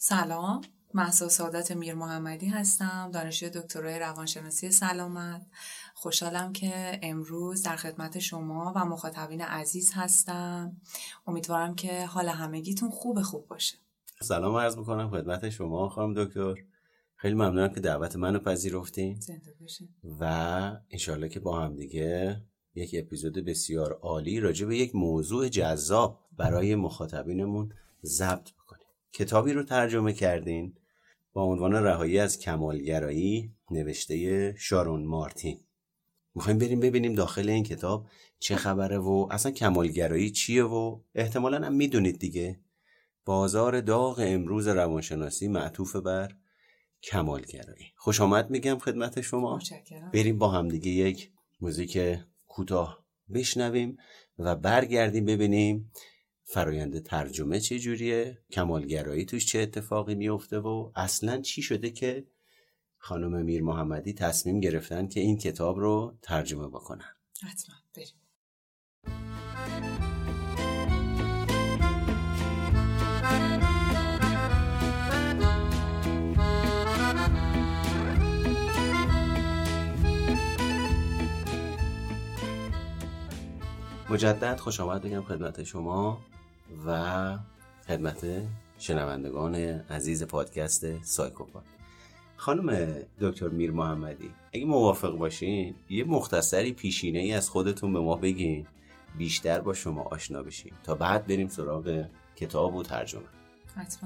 سلام، مهسا سعادت میر محمدی هستم، دانشجوی دکترای روانشناسی سلامت. خوشحالم که امروز در خدمت شما و مخاطبین عزیز هستم. امیدوارم که حال همگیتون خوب باشه. سلام عرض میکنم خدمت شما خانم دکتر. خیلی ممنونم که دعوت منو پذیرفتین. زنده باشین. و انشالله که با هم دیگه یک اپیزود بسیار عالی راجع به یک موضوع جذاب برای مخاطبینمون ضبط بکنیم. کتابی رو ترجمه کردین با عنوان رهایی از کمالگرایی، نوشته شارون مارتین. میخوایم بریم ببینیم داخل این کتاب چه خبره و اصلا کمالگرایی چیه و احتمالاً هم میدونید دیگه بازار داغ امروز روانشناسی معطوف بر کمالگرایی. خوش آمد میگم خدمت شما. متشکرم. بریم با هم دیگه یک موزیک کوتاه بشنویم و برگردیم ببینیم فرایند ترجمه چه جوریه، کمالگرایی توش چه اتفاقی میفته و اصلا چی شده که خانم میر محمدی تصمیم گرفتن که این کتاب رو ترجمه بکنن. حتما بریم. مجدد خوش آمد بگم خدمت شما و خدمت شنوندگان عزیز پادکست سایکوپات. خانم دکتر میر محمدی اگه موافق باشین یه مختصری پیشینه‌ای از خودتون به ما بگین، بیشتر با شما آشنا بشیم تا بعد بریم سراغ کتاب و ترجمه. حتما.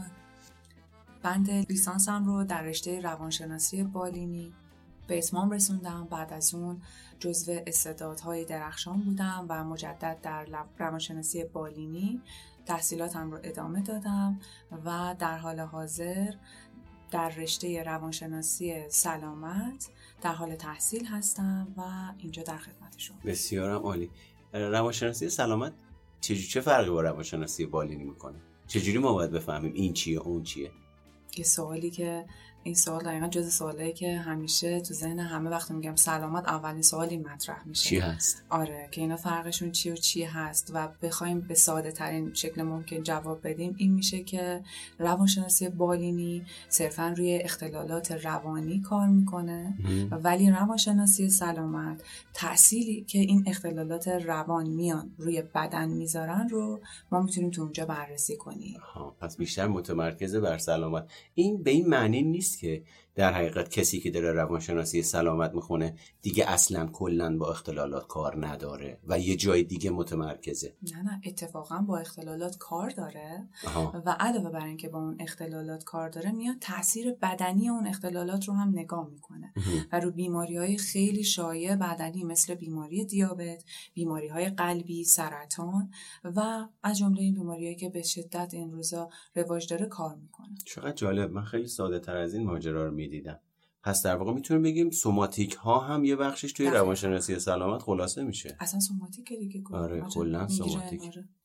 بند لیسانسم رو در رشته روانشناسی بالینی به اتمام رسوندم. بعد از اون جزو استعدادهای درخشان بودم و مجدد در روانشناسی بالینی تحصیلاتم رو ادامه دادم و در حال حاضر در رشته روانشناسی سلامت در حال تحصیل هستم و اینجا در خدمت شما. بسیارم عالی. روانشناسی سلامت چه فرقی با روانشناسی بالینی میکنه؟ چجوری ما باید بفهمیم این چیه اون چیه؟ یه سوالی که این سوال دقیقا جز سوالایی که همیشه تو ذهن همه وقتی میگم سلامت اولین سوالی مطرح میشه چی هست؟ آره، که اینا فرقشون چی و چی هست و بخوایم به ساده ترین شکل ممکن جواب بدیم این میشه که روانشناسی بالینی صرفا روی اختلالات روانی کار میکنه ولی روانشناسی سلامت تأثیری که این اختلالات روان میان روی بدن میذارن رو ما میتونیم تو اونجا بررسی کنیم. پس بیشتر متمرکز بر سلامت. این به این معنی نیست که در حقیقت کسی که داره روانشناسی سلامت میخونه دیگه اصلا کلن با اختلالات کار نداره و یه جای دیگه متمرکزه. نه اتفاقا با اختلالات کار داره و علاوه بر اینکه با اون اختلالات کار داره میاد تاثیر بدنی اون اختلالات رو هم نگاه میکنه و رو بیماری‌های خیلی شایع بدنی مثل بیماری دیابت، بیماری‌های قلبی، سرطان و از جمله این بیماری‌هایی که به شدت این روزا رواج داره کار میکنه. چقدر جالب. من خیلی ساده تر از این ماجرا رو میدیدم. پس در واقع میتونیم بگیم سوماتیک ها هم یه بخشش توی روانشناسی سلامت خلاصه میشه. اصلا سوماتیک دیگه. آره کلا سوماتیک.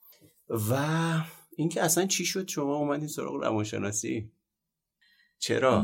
و اینکه اصلا چی شد شما اومدین سراغ روانشناسی؟ چرا؟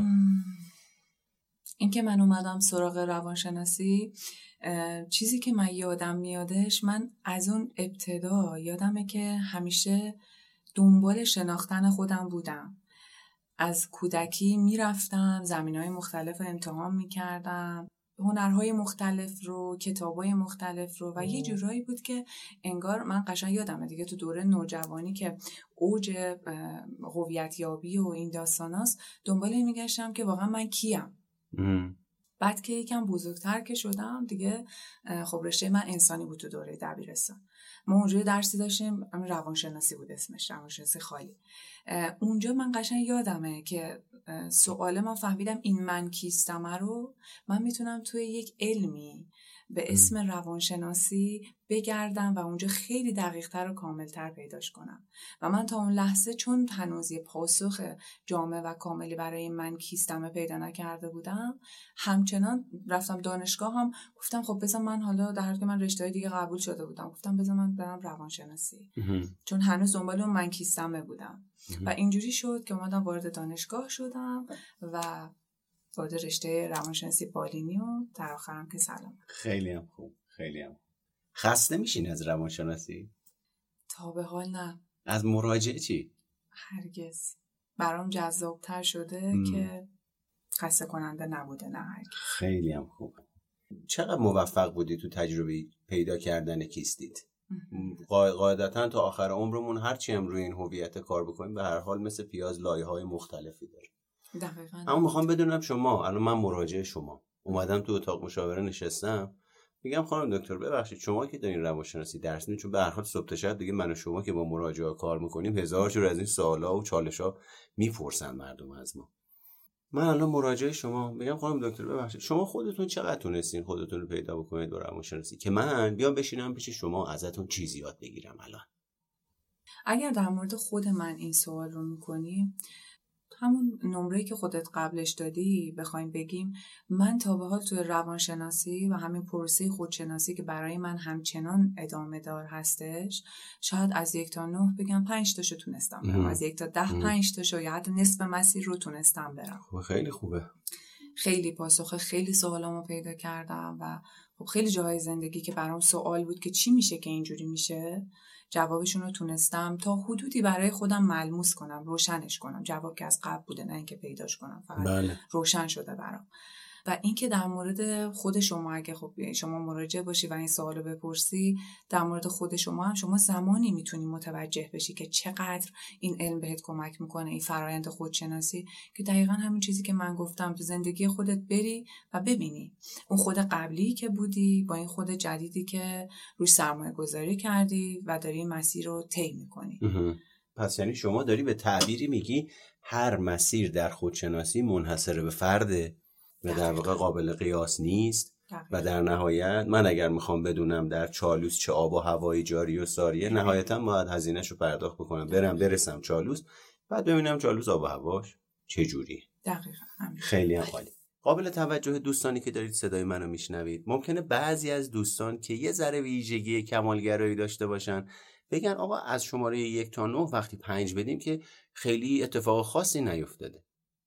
اینکه من اومدم سراغ روانشناسی چیزی که من یادم میادش، من از اون ابتدا یادمه که همیشه دنبال شناختن خودم بودم. از کودکی میرفتم زمینهای مختلف رو امتحان میکردم، هنرهای مختلف رو، کتابای مختلف رو و یه جورایی بود که انگار من قشنگ یادمه دیگه تو دوره نوجوانی که اوج هویت‌یابی و این داستاناست دنبال این میگشتم که واقعا من کیم. بعد که یکم بزرگتر که شدم دیگه خب رشته من انسانی بود تو دوره دبیرستان. ما اونجا درسی داشتیم روانشناسی بود اسمش، روانشناسی خالی. اونجا من قشنگ یادمه که سوال من فهمیدم این من کیستم رو من میتونم توی یک علمی به اسم روانشناسی بگردم و اونجا خیلی دقیق‌تر و کاملتر پیداش کنم و من تا اون لحظه چون هنوز یه پاسخ جامع و کاملی برای من کیستم پیدا نکرده بودم همچنان رفتم دانشگاه هم گفتم خب بذار من حالا در حالی که من رشته‌های دیگه قبول شده بودم گفتم بذار من برم روانشناسی چون هنوز دنبال اون من کیستم بودم و اینجوری شد که اومدم وارد دانشگاه شدم و وارد رشته روانشناسی بالینی و در آخرم که سلام. خیلی هم خوب. خسته میشین از روانشناسی؟ تا به حال نه. از مراجعه چی؟ هرگز. برام جذابتر شده که خسته کننده نبوده. نه خیلی هم خوبه. چقدر موفق بودی تو تجربه پیدا کردن کیستیت؟ قاعدتا تا آخر عمرمون هرچی هم روی این هویت کار بکنیم به هر حال مثل پیاز لایه‌های مختلفی داره. دقیقاً. اما میخوام بدونم شما، الان من مراجع شما اومدم تو اتاق مشاوره نشستم، میگم خانم دکتر ببخشید شما که دارین روانشناسی درس میدین، چون به هر حال صبح تا شب دیگه من و شما که با مراجعه کار میکنیم هزار جور از این سوالا و چالش‌ها میپرسن مردم از ما. من الان مراجعه شما میگم خانم دکتر ببخشید شما خودتون چقدر تونستین خودتون رو پیدا بکنید با روانشناسی که من بیام بشینم پیش شما ازتون چیزی یاد بگیرم؟ الان اگر در مورد خود من این سوال رو میکنیم، همون نمره‌ای که خودت قبلش دادی بخوایم بگیم، من تا به حال توی روانشناسی و همین پروسه خودشناسی که برای من همچنان ادامه دار هستش، شاید از 1 تا 9 بگم 5 تاشو تونستم برم، از 1 تا 10 5 تاشو یا حتی نصف مسیر رو تونستم برم. خیلی خوبه. خیلی پاسخ خیلی سوالامو پیدا کردم و خب خیلی جاهای زندگی که برام سوال بود که چی میشه که اینجوری میشه، جوابشون رو تونستم تا حدودی برای خودم ملموس کنم، روشنش کنم. جواب که از قبل بوده، نه اینکه پیداش کنم، فقط روشن شده برام. و اینکه در مورد خود شما، اگه خب شما مراجع باشی و این سوالو بپرسی، در مورد خود شما هم شما زمانی میتونی متوجه بشی که چقدر این علم بهت کمک میکنه، این فرایند خودشناسی، که دقیقاً همین چیزی که من گفتم، تو زندگی خودت بری و ببینی اون خود قبلی که بودی با این خود جدیدی که روش سرمایه گذاری کردی و داری این مسیر رو طی میکنی. پس یعنی شما داری به تعبیری میگی هر مسیر در خودشناسی منحصر به فرده و در واقع قابل قیاس نیست. و در نهایت من اگر میخوام بدونم در چالوس چه آب و هوایی جاری و ساریه، نهایتا باید هزینه‌شو پرداخت بکنم، برسم چالوس، بعد ببینم چالوس آب و هواش چه جوریه. دقیقاً. خیلی هم عالی. قابل توجه دوستانی که دارید صدای منو میشنوید، ممکنه بعضی از دوستان که یه ذره ویژگی کمالگرایی داشته باشن بگن آقا از شماره 1 تا 9 وقتی 5 بدیم که خیلی اتفاق خاصی نیفتاده.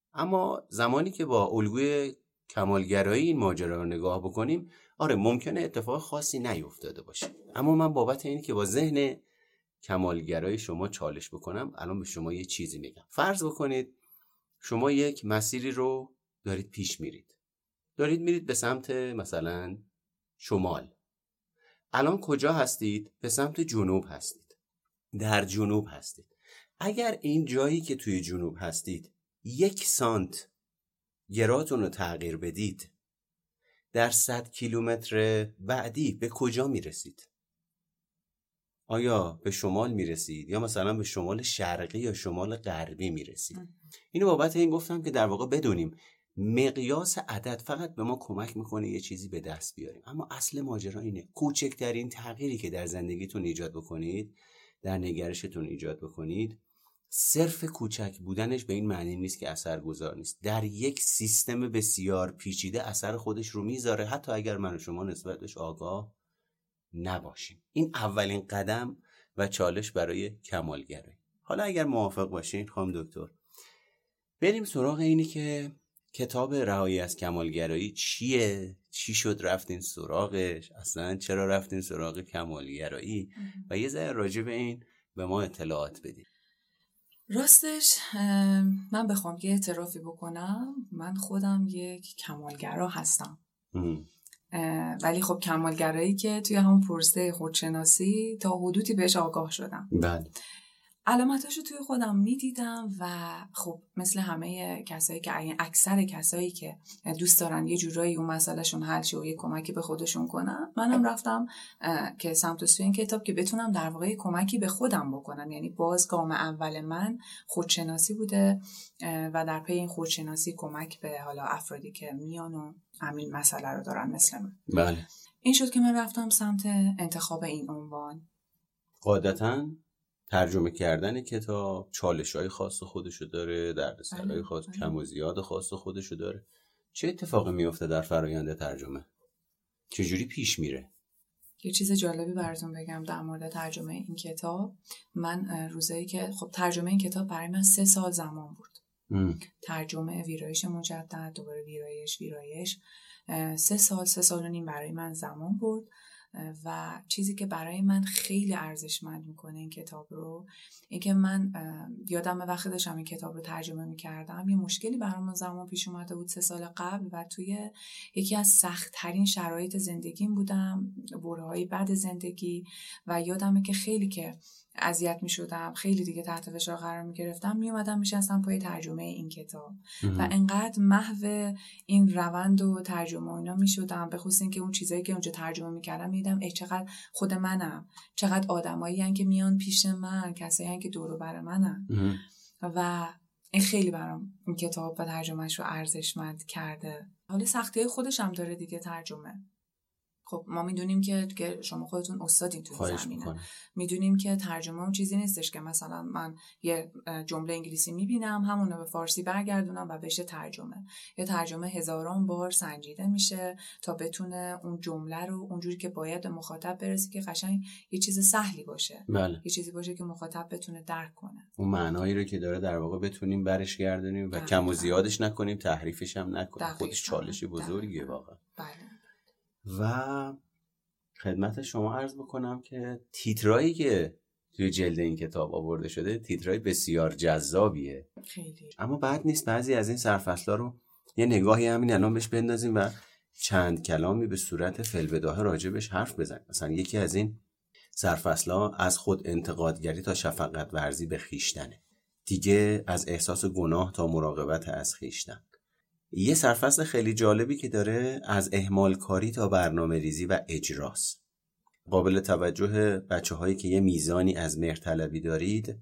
اما زمانی که با الگوی کمالگرایی این ماجرا رو نگاه بکنیم، آره ممکنه اتفاق خاصی نیفتاده باشه. اما من بابت اینی که با ذهن کمالگرایی شما چالش بکنم، الان به شما یه چیزی میگم. فرض بکنید شما یک مسیری رو دارید پیش میرید. دارید میرید به سمت مثلا شمال. الان کجا هستید؟ به سمت جنوب هستید. در جنوب هستید. اگر این جایی که توی جنوب هستید 1 سانت گراتون رو تغییر بدید، در 100 کیلومتر بعدی به کجا میرسید؟ آیا به شمال میرسید یا مثلا به شمال شرقی یا شمال غربی میرسید؟ اینو بابت این گفتم که در واقع بدونیم مقیاس عدد فقط به ما کمک میکنه یه چیزی به دست بیاریم، اما اصل ماجرا اینه کوچکترین تغییری که در زندگیتون ایجاد بکنید، در نگرشتون ایجاد بکنید، صرف کوچک بودنش به این معنی نیست که اثرگذار نیست. در یک سیستم بسیار پیچیده اثر خودش رو میذاره، حتی اگر من و شما نسبتش آگاه نباشیم. این اولین قدم و چالش برای کمالگرایی. حالا اگر موافق باشین خانم دکتر، بریم سراغ اینی که کتاب رهایی از کمالگرایی چیه؟ چی شد رفتین سراغش؟ اصلا چرا رفتین سراغ کمالگرایی؟ و یه ذره راجع به این به ما اطلاعات بدین. راستش من بخوام یه اعترافی بکنم، من خودم یک کمالگرا هستم. ولی خب کمالگرایی که توی همون پروسه خودشناسی تا حدودی بهش آگاه شدم. بله. علامتاشو توی خودم میدیدم و خب مثل همه کسایی که اکثر کسایی که دوست دارن یه جورایی اون مسئلهشون حل شه و یه کمکی به خودشون کنن، منم رفتم که سمت سوی این کتاب که بتونم در واقع کمکی به خودم بکنم. یعنی باز گام اول من خودشناسی بوده و در پی این خودشناسی کمک به حالا افرادی که میان و همین مسئله رو دارن مثل من. بله. این شد که من رفتم سمت انتخاب این عنوان. قاعدتاً ترجمه کردن کتاب چالش‌های خاص خودشو داره، دردسرهای خاص، کم و زیاد خاص خودشو داره. چه اتفاقی میفته در فرآیند ترجمه؟ چجوری پیش میره؟ یه چیز جالبی براتون بگم در مورد ترجمه این کتاب. من روزایی که خب ترجمه این کتاب برای من 3 سال زمان بود. ترجمه، ویرایش مجدد، دوباره ویرایش 3 سال و نیم برای من زمان بود و چیزی که برای من خیلی ارزشمند میکنه این کتاب رو، این که من یادم وقتی داشتم این کتاب رو ترجمه میکردم یه مشکلی برام زمان پیش اومده بود 3 سال قبل و توی یکی از سخت‌ترین شرایط زندگیم بودم، برهه‌های بد زندگی، و یادمه که خیلی که اذیت میشدم، خیلی دیگه تحت فشار قرار میگرفتم، میومدم میشستم پای ترجمه این کتاب و انقدر محو این روند و ترجمه اینا میشدم، به خصوص اینکه اون چیزایی که اونجا ترجمه میکردم میدم چقدر خود منم، چقدر آدمایی هستن که میان پیش من، کسایی هستن که دور و بر منن و این خیلی برام این کتاب و ترجمهش رو ارزشمند کرده. حالا سختی‌های خودش هم داره دیگه ترجمه. خب ما میدونیم که شما خودتون استادین تو این زمینه، میدونیم که ترجمه اون چیزی نیستش که مثلا من یه جمله انگلیسی میبینم همون رو به فارسی برگردونم و بشه ترجمه. یه ترجمه هزاران بار سنجیده میشه تا بتونه اون جمله رو اونجوری که باید به مخاطب برسه که قشنگ یه چیز سهلی باشه. بله. یه چیزی باشه که مخاطب بتونه درک کنه، اون معنایی رو که داره در واقع بتونیم برش گردونیم و کم و زیادش نکنیم، تحریفش هم نکنیم. خودش چالشی بزرگیه واقعا. بله. و خدمت شما عرض بکنم که تیترایی که توی جلد این کتاب آورده شده تیترای بسیار جذابیه خیلی. اما بعد نیست بعضی از این سرفصل‌ها رو یه نگاهی همین الان بهش بندازیم و چند کلامی به صورت فی‌البداهه راجبش حرف بزنیم. مثلا یکی از این سرفصل‌ها از خود انتقادگری تا شفقت ورزی به خویشتنه، دیگه از احساس گناه تا مراقبت از خویشتن. یه سرفصل خیلی جالبی که داره از اهمال کاری تا برنامه ریزی و اجراست. قابل توجه بچه هایی که یه میزانی از مهرطلبی دارید،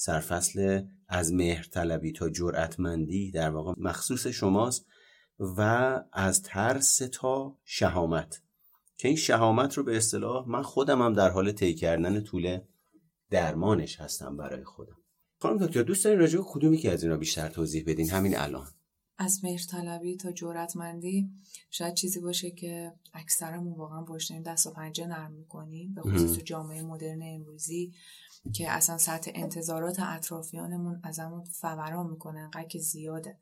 سرفصل از مهرطلبی تا جرأتمندی در واقع مخصوص شماست و از ترس تا شهامت، که این شهامت رو به اصطلاح من خودم هم در حال طی کردن طول درمانش هستم برای خودم. خانم دکتر دوست دارین راجع به کدومی که از اینا بیشتر توضیح بدین همین الان؟ از مهرطلبی تا جرأتمندی شاید چیزی باشه که اکثرمون واقعا باش داریم دست و پنجه نرم می‌کنیم، به خصوص جامعه مدرن امروزی که اصلا سطح انتظارات اطرافیانمون ازمون فوران میکنه انقدر که زیاده.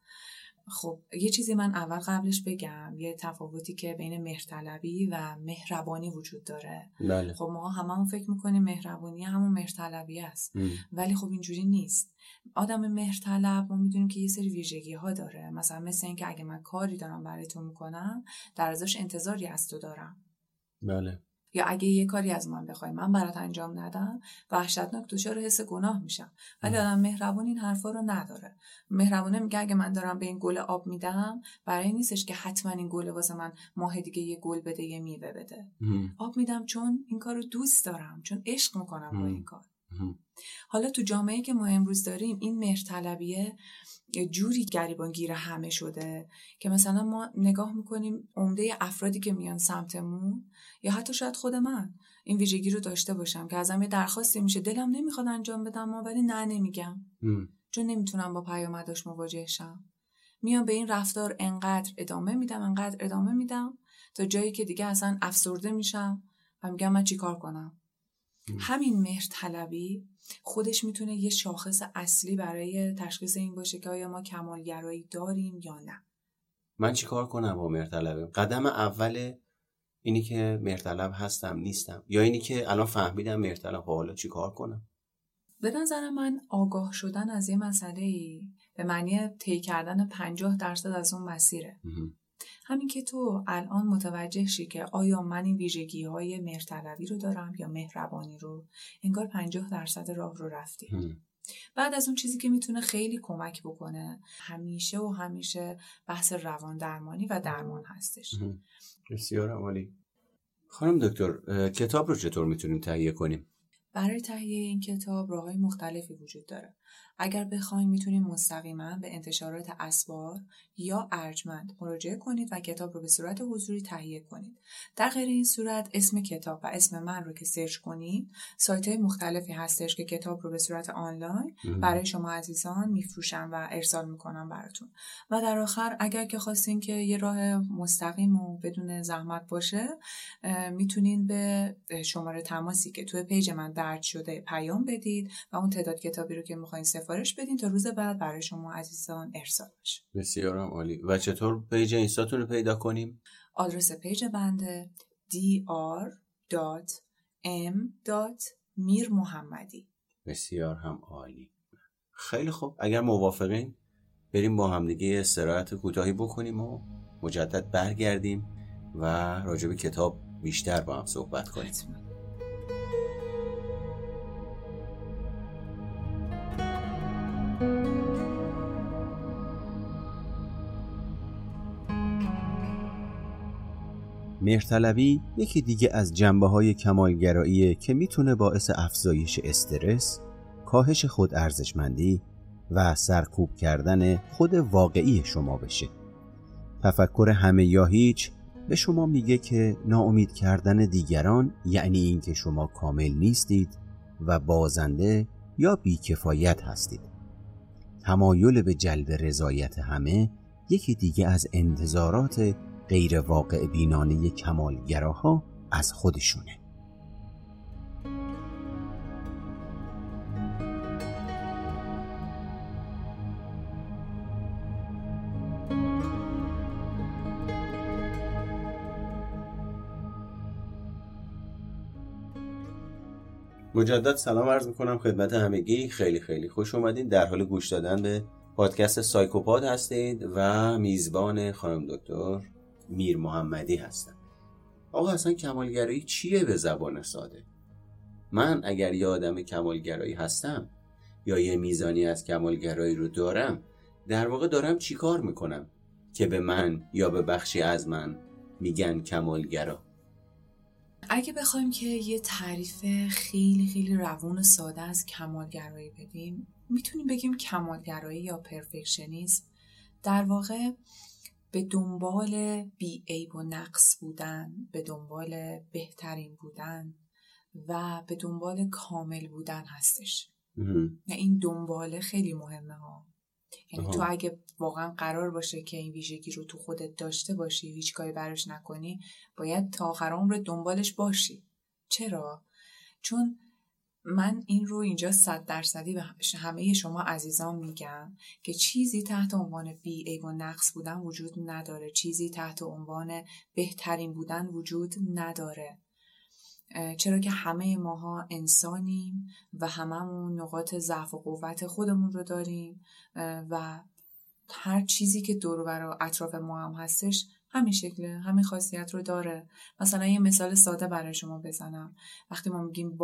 خب یه چیزی من اول قبلش بگم، یه تفاوتی که بین مهرطلبی و مهربانی وجود داره. بله. خب ما هممون فکر میکنیم مهربانی همون مهرطلبی است، ولی خب اینجوری نیست. آدم مهرطلب ما میدونیم که یه سری ویژگی ها داره، مثلا مثل این که اگه من کاری دارم برای تو میکنم در ازاش انتظاری از تو دارم. بله. یا اگه یه کاری از من بخوای من برات انجام ندم وحشتناک دچار حس گناه میشم. ولی آدم مهربون این حرفا رو نداره. مهربونه میگه اگه من دارم به این گل آب میدم برای نیستش که حتما این گل واسه من ماه دیگه یه گل بده یه میوه بده. آب میدم چون این کارو دوست دارم، چون عشق میکنم با این کار. حالا تو جامعه‌ای که ما امروز داریم این مهرطلبیه یه جوری گریبانگیر همه شده که مثلا ما نگاه میکنیم عمده افرادی که میان سمتمون یا حتی شاید خود من این ویژگی رو داشته باشم که ازم یه درخواستی میشه دلم نمیخواد انجام بدم ولی نه نمیگم چون نمیتونم با پیامدش مواجه شم. میام به این رفتار انقدر ادامه میدم تا جایی که دیگه اصلا افسرده میشم و میگم من چی کار کنم. همین مهرطلبی خودش میتونه یه شاخص اصلی برای تشخیص این باشه که آیا ما کمالگرایی داریم یا نه. من چی کار کنم با مهرطلبی؟ قدم اول اینی که مهرطلب هستم نیستم، یا اینی که الان فهمیدم مهرطلب، حالا چی کار کنم؟ به نظر من آگاه شدن از یه مسئله به معنی طی کردن 50% از اون مسیره. همین که تو الان متوجه شی که آیا من این ویژگی‌های مهرطلبی رو دارم یا مهربانی رو، انگار 50% راه رو رفتی. بعد از اون چیزی که میتونه خیلی کمک بکنه همیشه بحث روان درمانی و درمان هستش. بسیار عالی. خانم دکتر کتاب رو چطور میتونیم تهیه کنیم؟ برای تهیه این کتاب راه‌های مختلفی وجود داره. اگر بخواید میتونید مستقیما به انتشارات اسبار یا ارجمند مراجعه کنید و کتاب رو به صورت حضوری تهیه کنید. در غیر این صورت اسم کتاب و اسم من رو که سرچ کنید سایت‌های مختلفی هستش که کتاب رو به صورت آنلاین برای شما عزیزان میفروشن و ارسال میکنن براتون. و در آخر اگر که خواستین که یه راه مستقیم و بدون زحمت باشه میتونین به شماره تماسی که توی پیج من درج شده پیام بدید و اون تعداد کتابی رو که میخواین سفارش بدین تا روز بعد برای شما عزیزان ارسال بشه. بسیار عالی. و چطور پیج اینستاتون رو پیدا کنیم؟ آدرس پیج بنده mirmohammadi. بسیار هم عالی. خیلی خوب، اگر موافقین بریم با همدیگه استراحت کوتاهی بکنیم و مجدد برگردیم و راجع به کتاب بیشتر با هم صحبت کنیم. مهرطلبی یکی دیگه از جنبه‌های کمالگراییه که میتونه باعث افزایش استرس، کاهش خود ارزشمندی و سرکوب کردن خود واقعی شما بشه. تفکر همه یا هیچ به شما میگه که ناامید کردن دیگران یعنی این که شما کامل نیستید و بازنده یا بیکفایت هستید. تمایل به جلب رضایت همه یکی دیگه از انتظارات غیر واقع بینانه کمالگراها از خودشونه. مجدد سلام عرض میکنم خدمت همگی. خیلی خیلی خوش اومدین. در حال گوش دادن به پادکست سایکوپاد هستید و میزبان خانم دکتر میرمحمدی هستم. آقا اصلا کمالگرایی چیه به زبان ساده؟ من اگر یه آدم کمالگرایی هستم یا یه میزانی از کمالگرایی رو دارم، در واقع دارم چی کار میکنم که به من یا به بخشی از من میگن کمالگرا؟ اگه بخوایم که یه تعریف خیلی خیلی روون ساده از کمالگرایی بدیم، میتونیم بگیم کمالگرایی یا پرفکشنیسم در واقع به دنبال بی‌عیب و نقص بودن، به دنبال بهترین بودن و به دنبال کامل بودن هستش. این دنباله خیلی مهمه ها. یعنی تو اگه واقعا قرار باشه که این ویژگی رو تو خودت داشته باشی، هیچ کاری براش نکنی، باید تا آخر عمرت دنبالش باشی. چرا؟ چون من این رو اینجا 100% به همه شما عزیزان میگم که چیزی تحت عنوان بی‌عیب و نقص بودن وجود نداره. چیزی تحت عنوان بهترین بودن وجود نداره. چرا که همه ماها انسانیم و هممون نقاط ضعف و قوت خودمون رو داریم و هر چیزی که دور و بر اطراف ما هم هستش همین شکله، همین خاصیت رو داره. مثلا یه مثال ساده برای شما بزنم. وقتی ما میگیم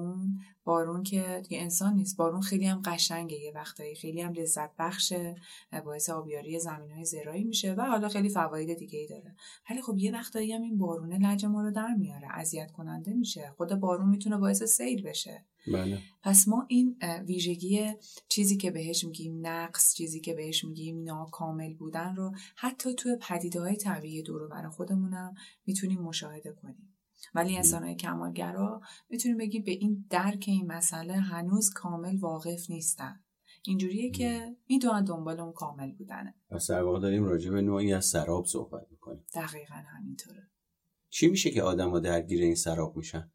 بارون که دیگه انسان نیست. بارون خیلی هم قشنگه، یه وقتایی خیلی هم لذت بخشه، باعث آبیاری زمین‌های زراعی میشه و حالا خیلی فواید دیگه‌ای داره. ولی خب یه وقتایی هم این بارونه لج ما رو در میاره، اذیت کننده میشه. خود بارون میتونه باعث سیل بشه. بله. پس ما این ویژگی چیزی که بهش میگیم نقص، چیزی که بهش میگیم ناکامل بودن رو حتی توی پدیده‌های طبیعی دور و بر خودمونم میتونیم مشاهده کنیم. ولی انسان‌های کمالگرا میتونیم بگیم به این درک این مسئله هنوز کامل واقف نیستن. اینجوریه که میدونن دنبال اون کامل بودنه. پس در واقع داریم راجع به نوعی از سراب صحبت میکنیم. دقیقاً همینطوره. چی میشه که آدم‌ها درگیر این سراب میشن؟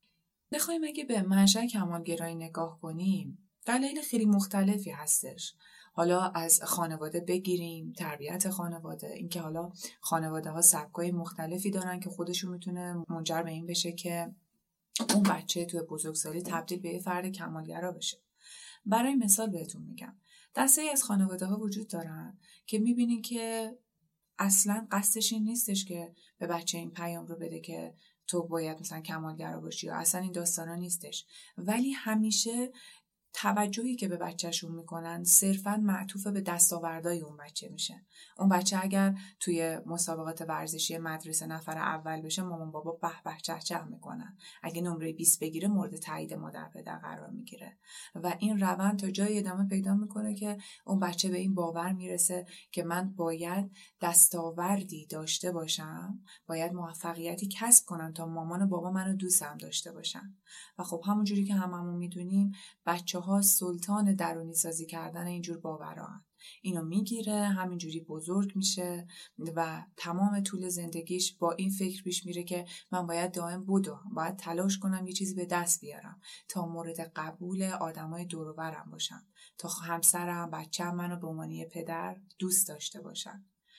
بخوایم اگه به منشأ کمالگرایی نگاه کنیم، دلایل خیلی مختلفی هستش. حالا از خانواده بگیریم، تربیت خانواده، اینکه حالا خانواده ها سبکای مختلفی دارن که خودشون میتونه منجر به این بشه که اون بچه توی بزرگسالی تبدیل به یه فرد کمالگرا بشه. برای مثال بهتون میگم، دسته‌ای از خانواده ها وجود دارن که میبینین که اصلا قصدش این نیستش که به بچه این پیام رو بده که تو باید مثلا کمالگرا باشی، یا اصلا این داستانا نیستش، ولی همیشه توجهی که به بچهشون میکنن صرفاً معطوف به دستاوردهای اون بچه میشه. اون بچه اگر توی مسابقات ورزشی مدرسه نفر اول بشه، مامان بابا به به چه چه میکنن. اگه نمره 20 بگیره مورد تایید مادر پدر قرار میگیره و این روند تا جای ادامه پیدا میکنه که اون بچه به این باور میرسه که من باید دستاوردی داشته باشم، باید موفقیتی کسب کنم تا مامان و بابا منو دوستم داشته باشن. و خب همونجوری که هممون میدونیم بچه‌ها سلطان درونی سازی کردن اینجور باوران. اینو میگیره، همینجوری بزرگ میشه و تمام طول زندگیش با این فکر پیش میره که من باید دائم باید تلاش کنم یه چیزی به دست بیارم تا مورد قبول آدمای دور و برم باشم، تا همسرم، بچه‌م منو به عنوان پدر دوست داشته باشن.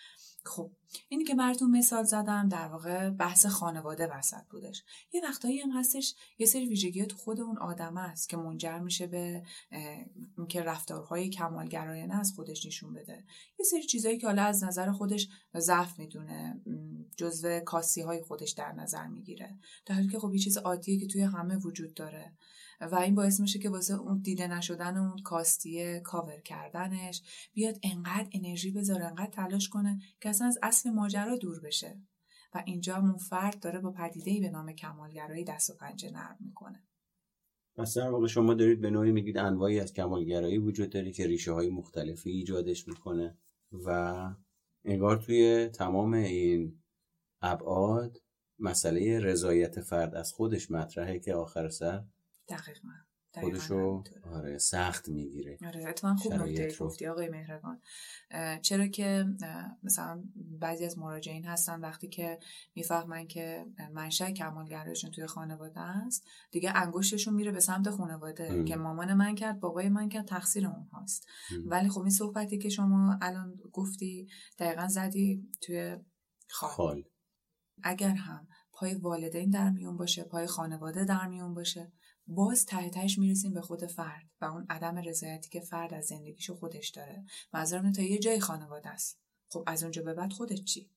خب اینی که براتون مثال زدم در واقع بحث خانواده وسط بودش. یه وقتایی هم هستش یه سری ویژگی‌ها تو خود اون آدم است که منجر میشه به اینکه رفتارهای کمالگرایانه از خودش نشون بده. یه سری چیزایی که حالا از نظر خودش ضعف میدونه، جزو کاسی‌های خودش در نظر میگیره، در حالی که خب یه چیز عادیه که توی همه وجود داره و این باعث میشه که واسه اون دیده نشدن اون کاستیه، کاور کردنش، بیاد انقدر انرژی بذاره، انقدر تلاش کنه که اصلا از اصل ماجرا دور بشه. و اینجا اون فرد داره با پدیده‌ای به نام کمالگرایی دست و پنجه نرم میکنه. پس در واقع شما دارید به نوعی میگید انواعی از کمالگرایی وجود داره که ریشه های مختلفی ایجادش میکنه و انگار توی تمام این ابعاد مسئله رضایت فرد از خودش مطرحه که آخر سر دقیقاً خودشو سخت میگیره. آره اتفاقا خوب نکته گفتی آقای مهرگان. چرا که مثلا بعضی از مراجعین هستن وقتی که میفهمن که منشأ کمالگراییشون توی خانواده است، دیگه انگشتشون میره به سمت خانواده که مامان من کرد، بابای من کرد، تقصیر اونهاست. ولی خب این صحبتی که شما الان گفتی دقیقاً زدی توی خال. اگر هم پای والدین در میون باشه، پای خانواده در میون باشه، باز ته تهش میرسیم به خود فرد و اون عدم رضایتی که فرد از زندگیشو خودش داره. منظورم تا یه جای خانواده است. خب از اونجا به بعد خودت چی؟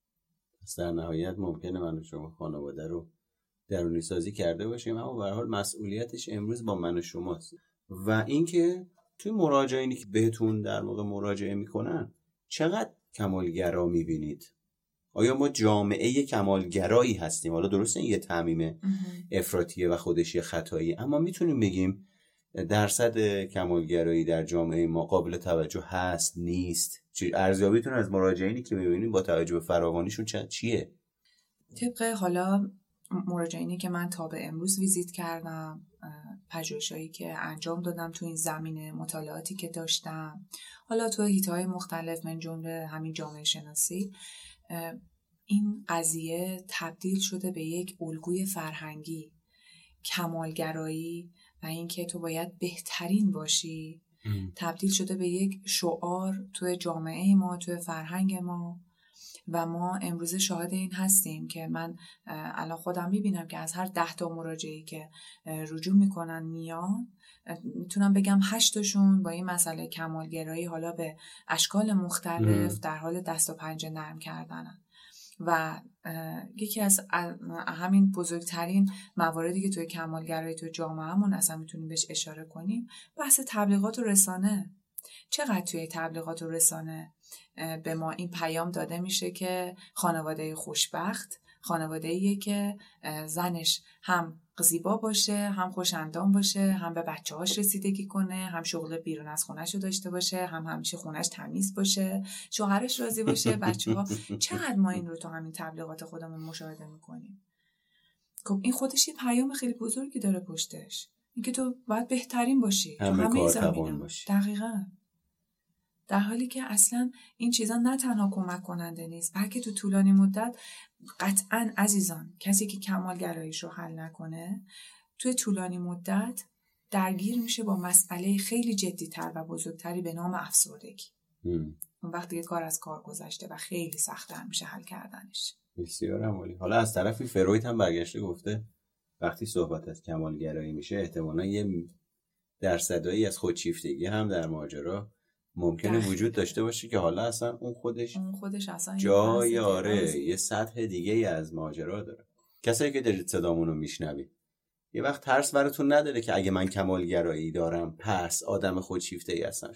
پس در نهایت ممکنه من و شما خانواده رو درونی سازی کرده باشیم، اما به هر حال مسئولیتش امروز با من و شماست. و اینکه توی مراجعینی که بهتون در موقع مراجعه میکنن چقدر کمالگرا میبینید؟ آیا ما جامعه کمالگرایی هستیم؟ حالا درسته این یه تعمیم افراطیه و خودش یه خطایی، اما میتونیم بگیم درصد کمالگرایی در جامعه ما قابل توجه هست نیست؟ ارزیابیتون از مراجعینی که میبینیم با توجه به فراوانیشون چیه؟ طبق حالا مراجعینی که من تا به امروز ویزیت کردم، پژوهشایی که انجام دادم تو این زمینه، مطالعاتی که داشتم، حالا تو حیطه‌های مختلف من جمله همین جامعه شناسی، این قضیه تبدیل شده به یک الگوی فرهنگی. کمالگرایی و اینکه تو باید بهترین باشی تبدیل شده به یک شعار توی جامعه ما، توی فرهنگ ما. و ما امروز شاهد این هستیم که من الان خودم میبینم که از هر 10 تا مراجعی که رجوع میکنن میان، میتونم بگم 8 تاشون با این مسئله کمالگرایی حالا به اشکال مختلف در حال دست و پنجه نرم کردنن. و یکی از همین بزرگترین مواردی که توی کمالگرایی توی جامعهمون اصلا میتونیم بهش اشاره کنیم، بحث تبلیغات و رسانه. چقدر توی تبلیغات و رسانه به ما این پیام داده میشه که خانواده خوشبخت خانواده‌ایه که زنش هم زیبا باشه، هم خوش‌اندام باشه، هم به بچه‌هاش رسیدگی کنه، هم شغل بیرون از خونه‌شو داشته باشه، هم همیشه خونه‌اش تمیز باشه، شوهرش راضی باشه، بچه‌ها. چقدر ما این رو تو همین تبلیغات خودمون مشاهده می‌کنیم. خب این خودش یه پیام خیلی بزرگی داره پشتش. اینکه تو باید بهترین باشی، تو همه زمینه‌ها. دقیقاً. در حالی که اصلا این چیزا نه تنها کمک کننده نیست، بلکه تو طولانی مدت قطعاً عزیزان کسی که کمالگراییش رو حل نکنه توی طولانی مدت درگیر میشه با مسئله خیلی جدی‌تر و بزرگتری به نام افسردگی. اون وقت دیگه کار از کار گذشته و خیلی سخت‌تر میشه حل کردنش. بسیار عالی. حالا از طرفی فروید هم برگشته گفته وقتی صحبت از کمالگرایی میشه احتمالاً یه درصدایی از خودشیفتگی هم در ماجرا ممکنه وجود داشته باشه که حالا اصلا اون خودش اصلا جای یه سطح دیگه از ماجرا داره. کسایی که دارید صدامون رو میشنوید یه وقت ترس براتون نداره که اگه من کمالگرایی دارم پس آدم خودشیفته‌ای هستم.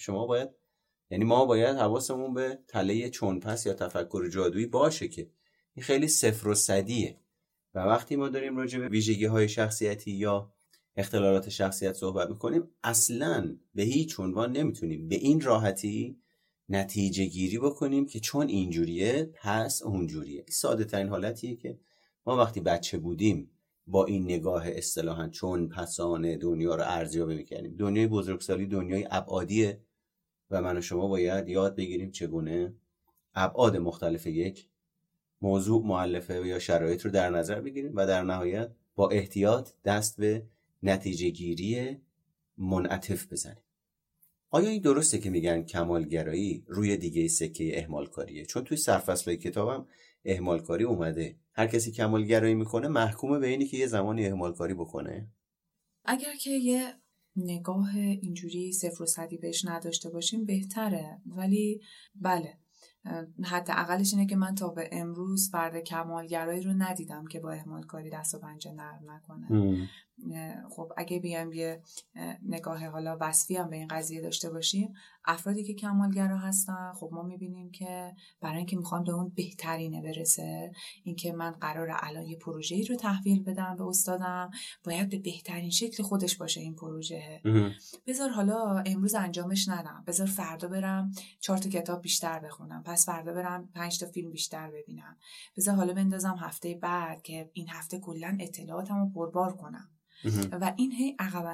ما باید حواسمون به تله چون پس یا تفکر جادویی باشه که این خیلی صفر و صدیه و وقتی ما داریم راجع به ویژگی‌های شخصیتی یا اختلالات شخصیت صحبت میکنیم اصلاً به هیچ عنوان نمیتونیم به این راحتی نتیجه گیری بکنیم که چون اینجوریه پس اونجوریه. ساده ترین حالتیه که ما وقتی بچه بودیم با این نگاه اصطلاحاً چون پسانه دنیا رو ارزیابی میکنیم. دنیای بزرگسالی دنیای ابعادیه و من و شما باید یاد بگیریم چگونه ابعاد مختلف یک موضوع مؤلفه یا شرایط رو در نظر بگیریم و در نهایت با احتیاط دست به نتیجه گیری منعطف بزنیم. آیا این درسته که میگن کمالگرایی روی دیگه سکه اهمالکاریه؟ چون توی سرفصلای کتابم اهمالکاری اومده. هر کسی کمالگرایی میکنه محکومه به اینی که یه زمانی اهمالکاری بکنه. اگر که یه نگاه اینجوری صفر و صدی بهش نداشته باشیم بهتره، ولی بله حتی اقلش اینه که من تا به امروز فرد کمالگرایی رو ندیدم که با اهمالکاری دست و پنجه نرم نکنه. خب اگه بیایم یه نگاه حالا وصفی هم به این قضیه داشته باشیم، افرادی که کمالگرا هستن خب ما میبینیم که برای اینکه میخوام به اون بهترینه برسه، اینکه من قراره الان یه پروژه‌ای رو تحویل بدم به استادم، باید به بهترین شکل خودش باشه این پروژه. بذار حالا امروز انجامش ندم، بذار فردا برم 4 تا کتاب بیشتر بخونم، پس فردا برم 5 تا فیلم بیشتر ببینم، بذار حالا بندازم هفته بعد که این هفته کلا اطلاعاتمو پربار کنم. و این هی عقب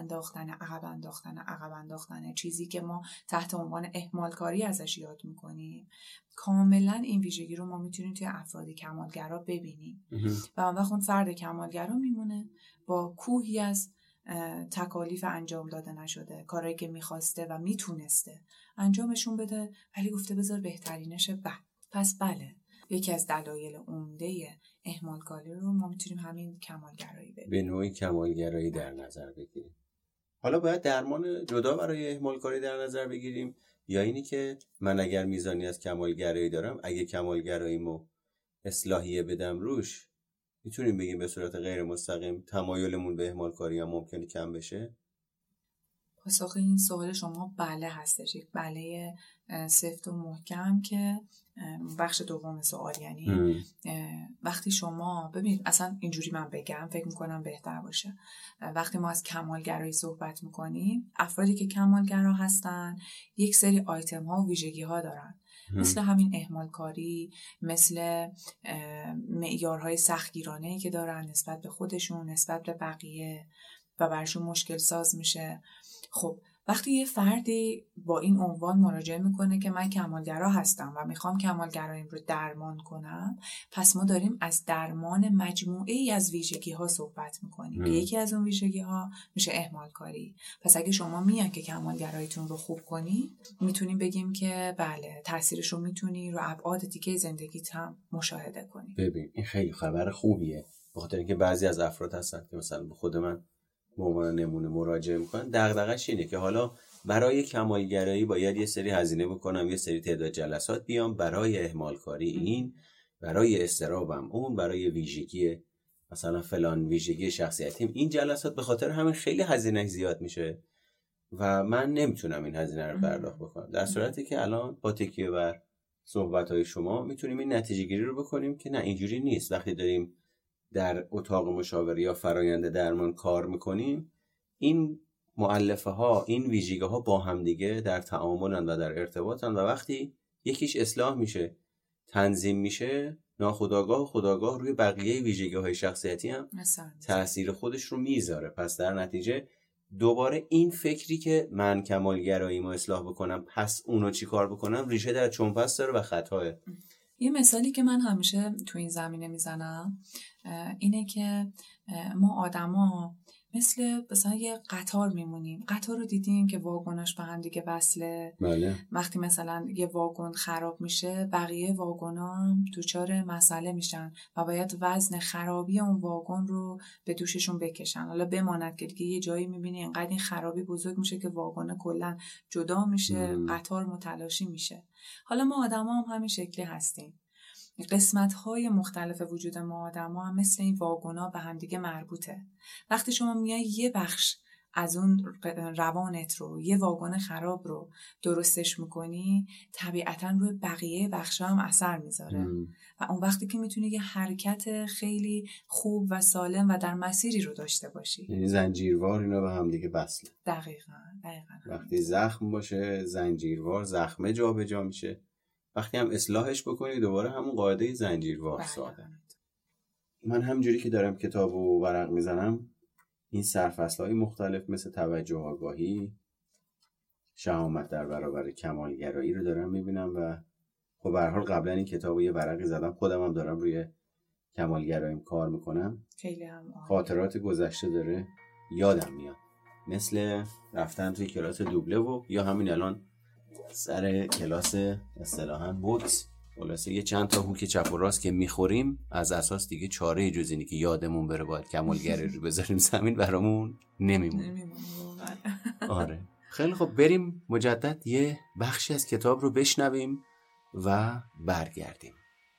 انداختن چیزی که ما تحت عنوان اهمالکاری ازش یاد میکنیم، کاملا این ویژگی رو ما میتونیم توی افراد کمالگرا ببینیم. و اون وقت اون فرد کمالگرا میمونه با کوهی از تکالیف انجام داده نشده، کارهایی که میخواسته و میتونسته انجامشون بده، ولی گفته بذار بهترینشه. پس بله، یکی از دلایل عمده اهمالکاری رو ما میتونیم همین کمالگرایی ببینیم، به نوعی کمالگرایی در نظر بگیریم. حالا باید درمان جدا برای اهمالکاری در نظر بگیریم، یا اینی که من اگر میزانی از کمالگرایی دارم، اگه کمالگراییمو اصلاحیه بدم روش، میتونیم بگیم به صورت غیر مستقیم تمایلمون به اهمالکاری هم ممکنه کم بشه؟ پاسخ این سوال شما بله هستش، یک بله سفت و محکم که بخش دوم سوال. یعنی وقتی شما ببینید، اصلا اینجوری من بگم فکر میکنم بهتر باشه، وقتی ما از کمالگرایی صحبت میکنیم، افرادی که کمالگرا هستن یک سری آیتم ها و ویژگی ها دارن، مثل همین اهمالکاری، مثل معیارهای سختگیرانه‌ای که دارن نسبت به خودشون، نسبت به بقیه و برشون مشکل ساز میشه. خب وقتی یه فردی با این عنوان مراجعه میکنه که من کمالگرا هستم و میخوام کمالگراییم رو درمان کنم، پس ما داریم از درمان مجموعه ای از ویژگی ها صحبت میکنیم. یکی از اون ویژگی ها میشه اهمالکاری. پس اگه شما میان که کمالگراییتون رو خوب کنی، میتونیم بگیم که بله، تاثیرش رو میتونی رو ابعاد دیگه زندگیت هم مشاهده کنی. ببین این خیلی خبر خوبیه، بخاطر اینکه بعضی از افراد هستن که مثلا به خود من به عنوان نمونه مراجعه میکنن، دغدغه‌اش اینه که حالا برای کمالگرایی باید یه سری هزینه بکنم، یه سری تعداد جلسات بیام، برای اهمالکاری این، برای اضطرابم اون، برای ویژگی مثلا فلان ویژگی شخصیتیم این جلسات، به خاطر همین خیلی هزینه زیاد میشه و من نمیتونم این هزینه رو پرداخت بکنم. در صورتی که الان با تکیه بر صحبت‌های شما میتونیم این نتیجه گیری رو بکنیم که نه، اینجوری نیست. وقتی داریم در اتاق مشاوره یا فرآیند درمان کار میکنیم، این مؤلفه ها، این ویژگی ها با هم دیگه در تعاملن و در ارتباطن و وقتی یکیش اصلاح میشه، تنظیم میشه، ناخودآگاه و خودآگاه روی بقیه ویژگی های شخصیتی هم تأثیر خودش رو میذاره. پس در نتیجه دوباره این فکری که من کمالگراییمو اصلاح بکنم پس اونو چی کار بکنم، ریشه در چنپس داره و خطاه. یه مثالی که من همیشه تو این زمینه میزنم اینه که ما آدما مثلا یه قطار میمونیم. قطار رو دیدین که واگناش به هم دیگه وصله؟ بله. وقتی مثلا یه واگن خراب میشه، بقیه واگنا هم دچار مسئله میشن و باید وزن خرابی اون واگن رو به دوششون بکشن. حالا بماند که دیگه یه جایی میبینی اینقدر این خرابی بزرگ میشه که واگن کلا جدا میشه، قطار متلاشی میشه. حالا ما آدما هم همین شکلی هستیم. قسمت‌های مختلف وجود ما آدم‌ها هم مثل این واگن‌ها به هم دیگه مربوطه. وقتی شما میای یه بخش از اون روانت رو، یه واگن خراب رو درستش میکنی، طبیعتاً روی بقیه بخش‌ها هم اثر میذاره و اون وقتی که میتونی یه حرکت خیلی خوب و سالم و در مسیری رو داشته باشی. یعنی زنجیروار اینا به هم دیگه وصله. دقیقاً. وقتی زخم باشه، زنجیروار زخمه جا به جا میشه. وقتی هم اصلاحش بکنی دوباره همون قاعده زنجیروار ساده. من همجوری که دارم کتاب و ورق میزنم، این سرفصل‌های مختلف مثل توجه آگاهی، شهامت در برابر کمالگرایی رو دارم میبینم و خب به هر حال قبلا این کتابو یه ورقی زدم، خودم هم دارم روی کمالگراییم کار میکنم. خیلی هم خاطرات گذشته داره یادم میاد مثل رفتن توی کلاس دوبله و یا همین الان سر کلاس اصطلاحاً بوکس، خلاصه یه چند تا هوک چپ و راست که میخوریم، از اساس دیگه چاره جز اینی که یادمون بره باید کمالگرایی رو بذاریم زمین برامون نمیمونه. آره خیلی خب، بریم مجدد یه بخشی از کتاب رو بشنویم و برگردیم.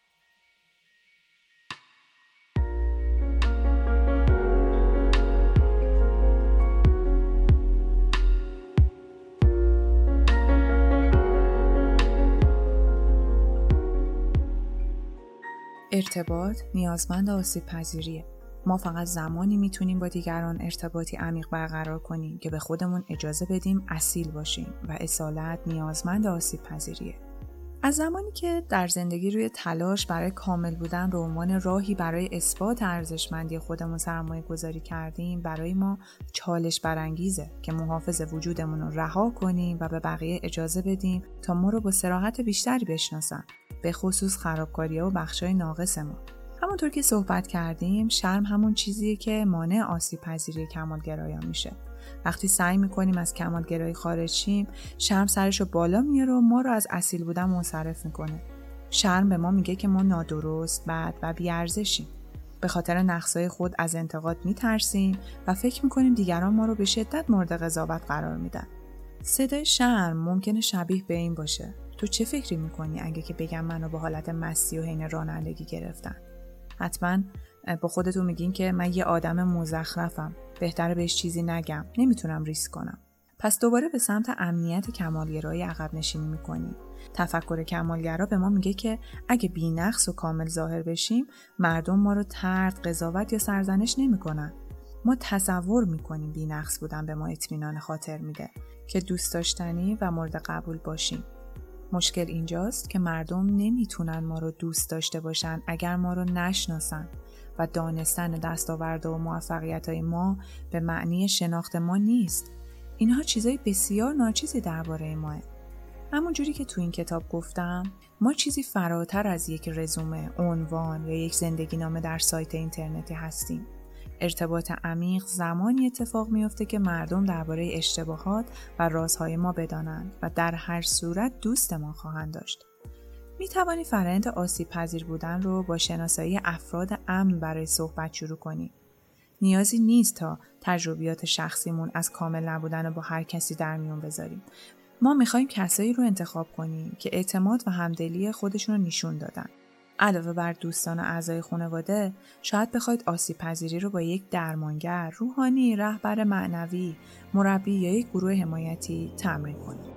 ارتباط نیازمند آسیب پذیریه. ما فقط زمانی میتونیم با دیگران ارتباطی عمیق برقرار کنیم که به خودمون اجازه بدیم اصیل باشیم و اصالت نیازمند آسیب پذیریه. از زمانی که در زندگی روی تلاش برای کامل بودن به عنوان راهی برای اثبات ارزشمندی خودمون سرمایه گذاری کردیم، برای ما چالش برانگیزه که محافظ وجودمون رو رها کنیم و به بقیه اجازه بدیم تا ما رو با صراحت بیشتری بشناسن، به خصوص خرابکاری‌ها و بخشای ناقصمون. همونطور که صحبت کردیم، شرم همون چیزیه که مانع آسیب پذیری کمالگرایان میشه. وقتی سعی میکنیم از کمالگرایی خارج شیم، شرم سرشو بالا میاره و ما رو از اصیل بودن منصرف میکنه. شرم به ما میگه که ما نادرست، بد و بی‌ارزشیم. به خاطر نقصای خود از انتقاد میترسیم و فکر میکنیم دیگران ما رو به شدت مورد قضاوت قرار میدن. صدای شرم ممکنه شبیه به این باشه: تو چه فکری میکنی اگه که بگم منو به حالت مستی و حین رانندگی گرفتن؟ حتما با خودتون میگین که من یه آدم مزخرفم، بهتره بهش چیزی نگم، نمیتونم ریسک کنم. پس دوباره به سمت امنیت کمالگرایی عقب نشینی میکنیم. تفکر کمالگرا به ما میگه که اگه بی‌نقص و کامل ظاهر بشیم، مردم ما رو طرد، قضاوت یا سرزنش نمیکنن. ما تصور میکنیم بی‌نقص بودن به ما اطمینان خاطر میده که دوست داشتنی و مورد قبول باشیم. مشکل اینجاست که مردم نمیتونن ما رو دوست داشته باشن اگر ما رو نشناسن و دانستن دستاوردها و موفقیت‌های ما به معنی شناخت ما نیست. اینها چیزای بسیار ناچیزی درباره ماه. همون جوری که تو این کتاب گفتم، ما چیزی فراتر از یک رزومه، عنوان یا یک زندگی نامه در سایت اینترنتی هستیم. ارتباط عمیق زمانی اتفاق میفته که مردم درباره اشتباهات و رازهای ما بدانند و در هر صورت دوست ما خواهند داشت. می توانی فرآیند آسیب پذیر بودن رو با شناسایی افراد امن برای صحبت شروع کنی. نیازی نیست تا تجربیات شخصیمون از کامل نبودن با هر کسی در میون بذاریم. ما میخوایم کسایی رو انتخاب کنیم که اعتماد و همدلی خودشون رو نشون دادن. علاوه بر دوستان و اعضای خانواده، شاید بخواید آسیب پذیری رو با یک درمانگر، روحانی، رهبر معنوی، مربی یا یک گروه حمایتی تمرین کنید.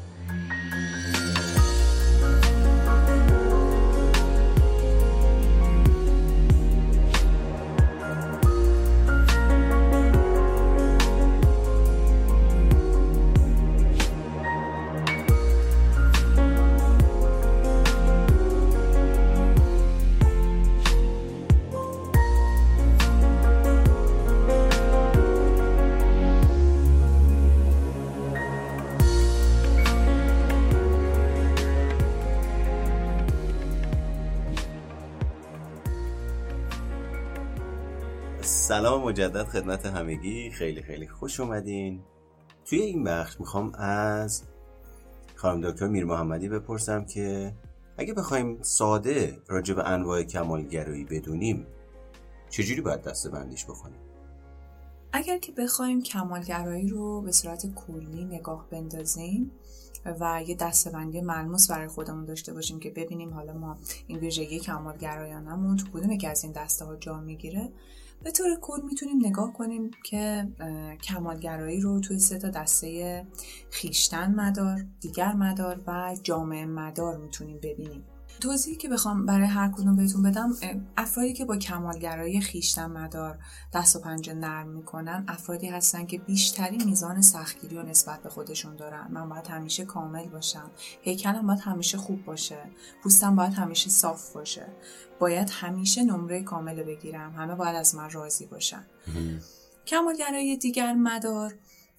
سلام مجدد خدمت همگی، خیلی خیلی خوش اومدین. توی این بخش میخوام از خانم دکتر میر محمدی بپرسم که اگه بخوایم ساده راجع به انواع کمالگرایی بدونیم، چجوری باید دسته‌بندیش بکنیم؟ اگر که بخوایم کمالگرایی رو به صورت کلی نگاه بندازیم و یه دسته‌بندی ملموس برای خودمون داشته باشیم که ببینیم حالا ما این ویژگی کمالگرایانمون تو کدوم یکی از این دسته‌ها جا میگیره، به طور کل میتونیم نگاه کنیم که کمالگرایی رو توی 3 دسته خویشتن مدار، دیگر مدار و جامعه مدار میتونیم ببینیم. توضیحی که بخوام برای هر کدوم بهتون بدم، افرادی که با کمالگرایی خویشتن مدار دست و پنجه نرم میکنن افرادی هستن که بیشترین میزان سختگیری و نسبت به خودشون دارن. من باید همیشه کامل باشم، هیکلم باید همیشه خوب باشه، پوستم باید همیشه صاف باشه، باید همیشه نمره کامل بگیرم، همه باید از من راضی باشن. کمالگرایی دیگر مدار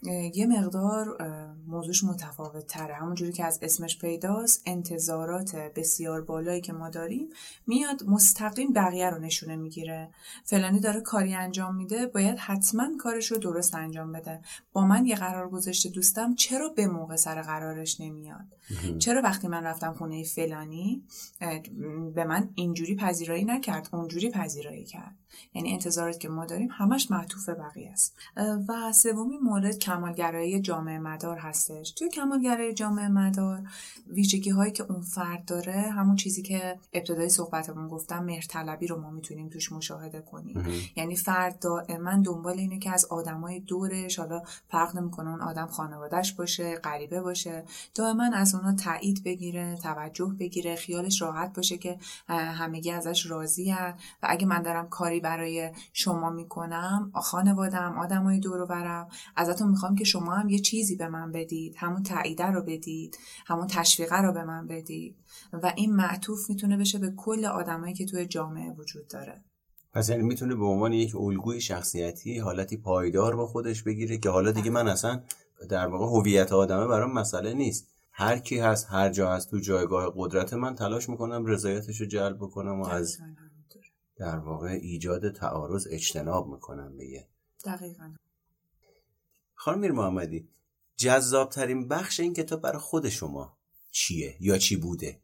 یه مقدار موضوعش متفاوت تره. همونجوری که از اسمش پیداست، انتظارات بسیار بالایی که ما داریم میاد مستقیم بقیه رو نشونه میگیره. فلانی داره کاری انجام میده، باید حتما کارش رو درست انجام بده. با من یه قرار گذاشته دوستم، چرا به موقع سر قرارش نمیاد؟ چرا وقتی من رفتم خونه فلانی به من اینجوری پذیرایی نکرد، اونجوری پذیرایی کرد؟ یعنی انتظارات که ما داریم همش معطوف بقیه است. و سومین مورد کمالگرایی جامعه مدار هستش. توی کمالگرایی جامعه مدار ویژگی هایی که اون فرد داره، همون چیزی که ابتدای صحبتمون گفتم، مهرطلبی رو ما میتونیم توش مشاهده کنیم. یعنی فرد دائما دنبال اینه که از آدمای دورش، حالا فرق نمیکنه اون آدم خانواده‌اش باشه، غریبه باشه، دائما از اونها تایید بگیره، توجه بگیره، خیالش راحت باشه که همگی ازش راضی‌ان. و اگه من دارم کاری برای شما میکنم، خانواده‌ام، آدمای دور و برم، ازتون میخوام که شما هم یه چیزی به من بدید، همون تایید رو بدید، همون تشویق رو به من بدید. و این معطوف میتونه بشه به کل آدمایی که توی جامعه وجود داره. پس یعنی میتونه به عنوان یک الگوی شخصیتی حالتی پایدار با خودش بگیره که حالا دیگه من اصلا در واقع هویت آدمه برام مسئله نیست، هر کی هست، هر جا هست، تو جایگاه قدرت من تلاش میکنم رضایتش رو جلب بکنم و از در واقع ایجاد تعارض اجتناب میکنم دیگه. دقیقاً. خانم میر محمدی، جذابترین بخش این کتاب برای خود شما چیه یا چی بوده؟